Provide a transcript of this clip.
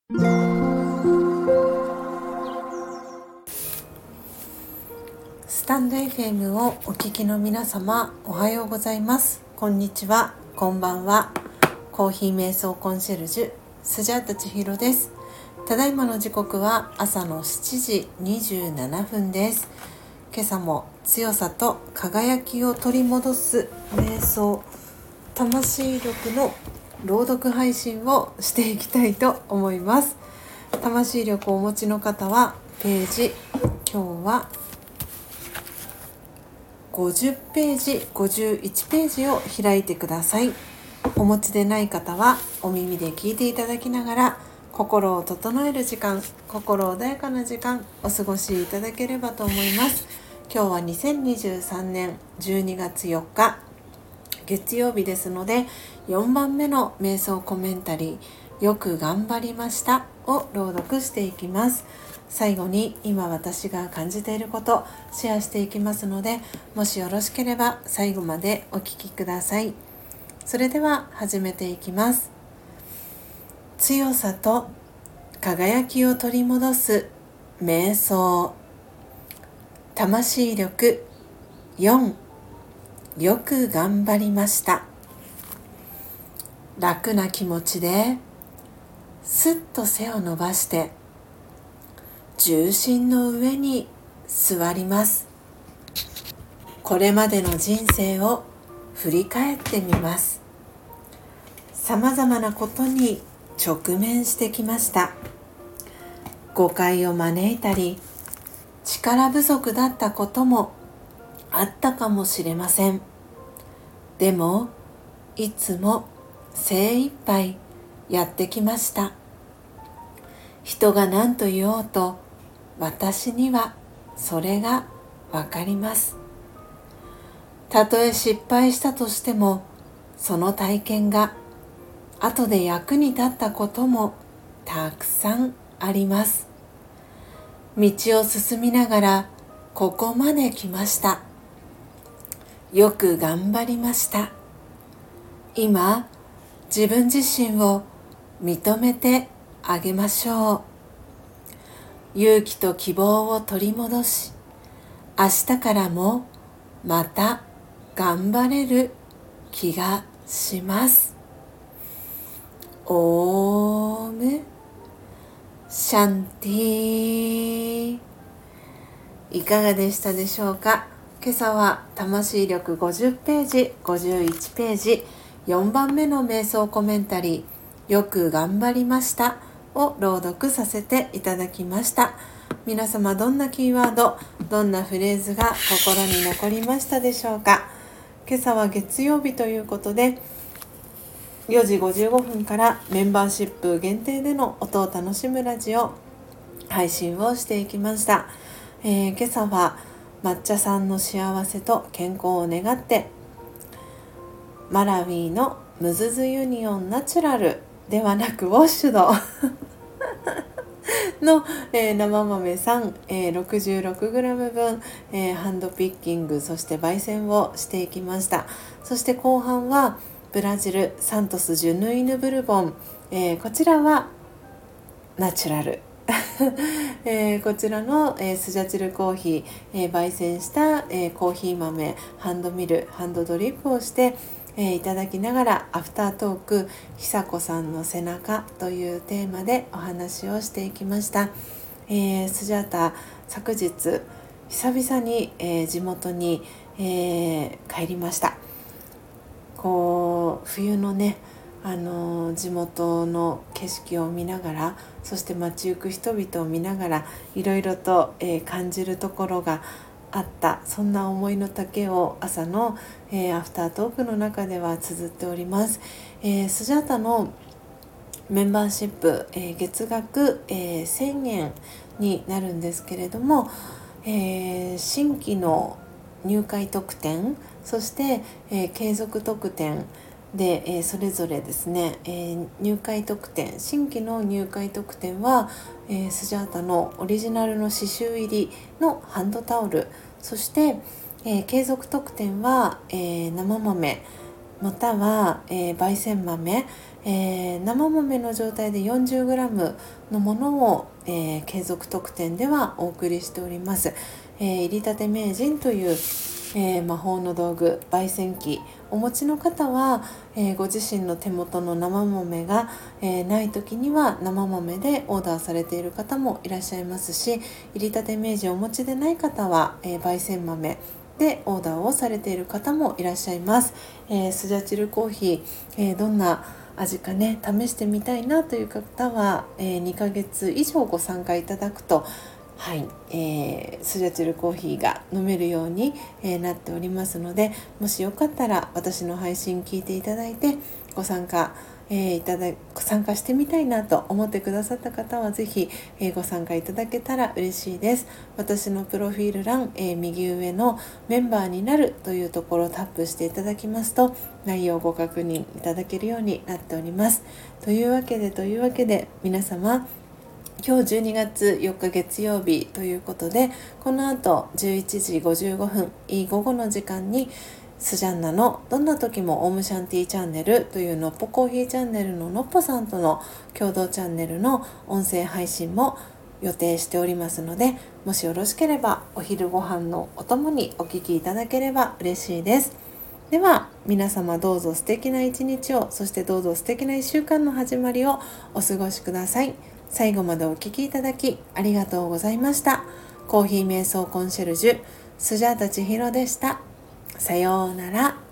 スタンド FM をお聞きの皆様、おはようございます。こんにちは、こんばんは。コーヒー瞑想コンシェルジュスジャータ千尋です。ただいまの時刻は朝の7時27分です。今朝も強さと輝きを取り戻す瞑想魂力の朗読配信をしていきたいと思います。魂力をお持ちの方はページ、今日は50ページ、51ページを開いてください。お持ちでない方はお耳で聞いていただきながら、心を整える時間、心穏やかな時間お過ごしいただければと思います。今日は2023年12月4日月曜日ですので、4番目の瞑想コメンタリー、よく頑張りましたを朗読していきます。最後に今私が感じていることシェアしていきますので、もしよろしければ最後までお聞きください。それでは始めていきます。強さと輝きを取り戻す瞑想、魂力4、よく頑張りました。楽な気持ちですっと背を伸ばして重心の上に座ります。これまでの人生を振り返ってみます。さまざまなことに直面してきました。誤解を招いたり、力不足だったこともあったかもしれません。でも、いつも精一杯やってきました。人が何と言おうと、私にはそれがわかります。たとえ失敗したとしても、その体験が後で役に立ったこともたくさんあります。道を進みながらここまで来ました。よく頑張りました。今、自分自身を認めてあげましょう。勇気と希望を取り戻し、明日からもまた頑張れる気がします。オームシャンティ。いかがでしたでしょうか。今朝は魂力50ページ、51ページ、4番目の瞑想コメンタリー、よく頑張りましたを朗読させていただきました。皆様、どんなキーワード、どんなフレーズが心に残りましたでしょうか。今朝は月曜日ということで、4時55分からメンバーシップ限定での音を楽しむラジオ配信をしていきました。今朝は抹茶さんの幸せと健康を願って、マラウィのムズズユニオンナチュラルではなくウォッシュドの、生豆さん、66g 分、ハンドピッキング、そして焙煎をしていきました。そして後半はブラジルサントスジュヌイヌブルボン、こちらはナチュラルこちらの、スジャチルコーヒー、焙煎した、コーヒー豆、ハンドミル、ハンドドリップをして、いただきながら、アフタートーク、久子さんの背中というテーマでお話をしていきました。スジャータ、昨日久々に、地元に、帰りました。冬のね、地元の景色を見ながら、そして街行く人々を見ながら、いろいろと、感じるところがあった、そんな思いの丈を朝の、アフタートークの中では綴っております。スジャータのメンバーシップ、月額、1000円になるんですけれども、新規の入会特典、そして、継続特典で、それぞれですね、入会特典、新規の入会特典は、スジャータのオリジナルの刺繍入りのハンドタオル、そして、継続特典は、生豆または、焙煎豆、生豆の状態で 40g のものを、継続特典ではお送りしております。入りたて名人という、魔法の道具焙煎機お持ちの方は、ご自身の手元の生豆が、ない時には生豆でオーダーされている方もいらっしゃいますし、入りたて名人お持ちでない方は、焙煎豆でオーダーをされている方もいらっしゃいます。スジャチルコーヒー、どんな味かね試してみたいなという方は、2ヶ月以上ご参加いただくとはい、スジャチルコーヒーが飲めるように、なっておりますので、もしよかったら私の配信聞いていただいてご参加、参加してみたいなと思ってくださった方はぜひ、ご参加いただけたら嬉しいです。私のプロフィール欄、右上のメンバーになるというところをタップしていただきますと内容をご確認いただけるようになっております。というわけで皆様今日12月4日月曜日ということで、この後11時55分いい午後の時間にスジャンナのどんな時もオームシャンティチャンネルというのっぽコーヒーチャンネルののっぽさんとの共同チャンネルの音声配信も予定しておりますので、もしよろしければお昼ご飯のお供にお聞きいただければ嬉しいです。では皆様どうぞ素敵な一日を、そしてどうぞ素敵な1週間の始まりをお過ごしください。最後までお聞きいただきありがとうございました。コーヒー瞑想コンシェルジュスジャータ千尋でした。さようなら。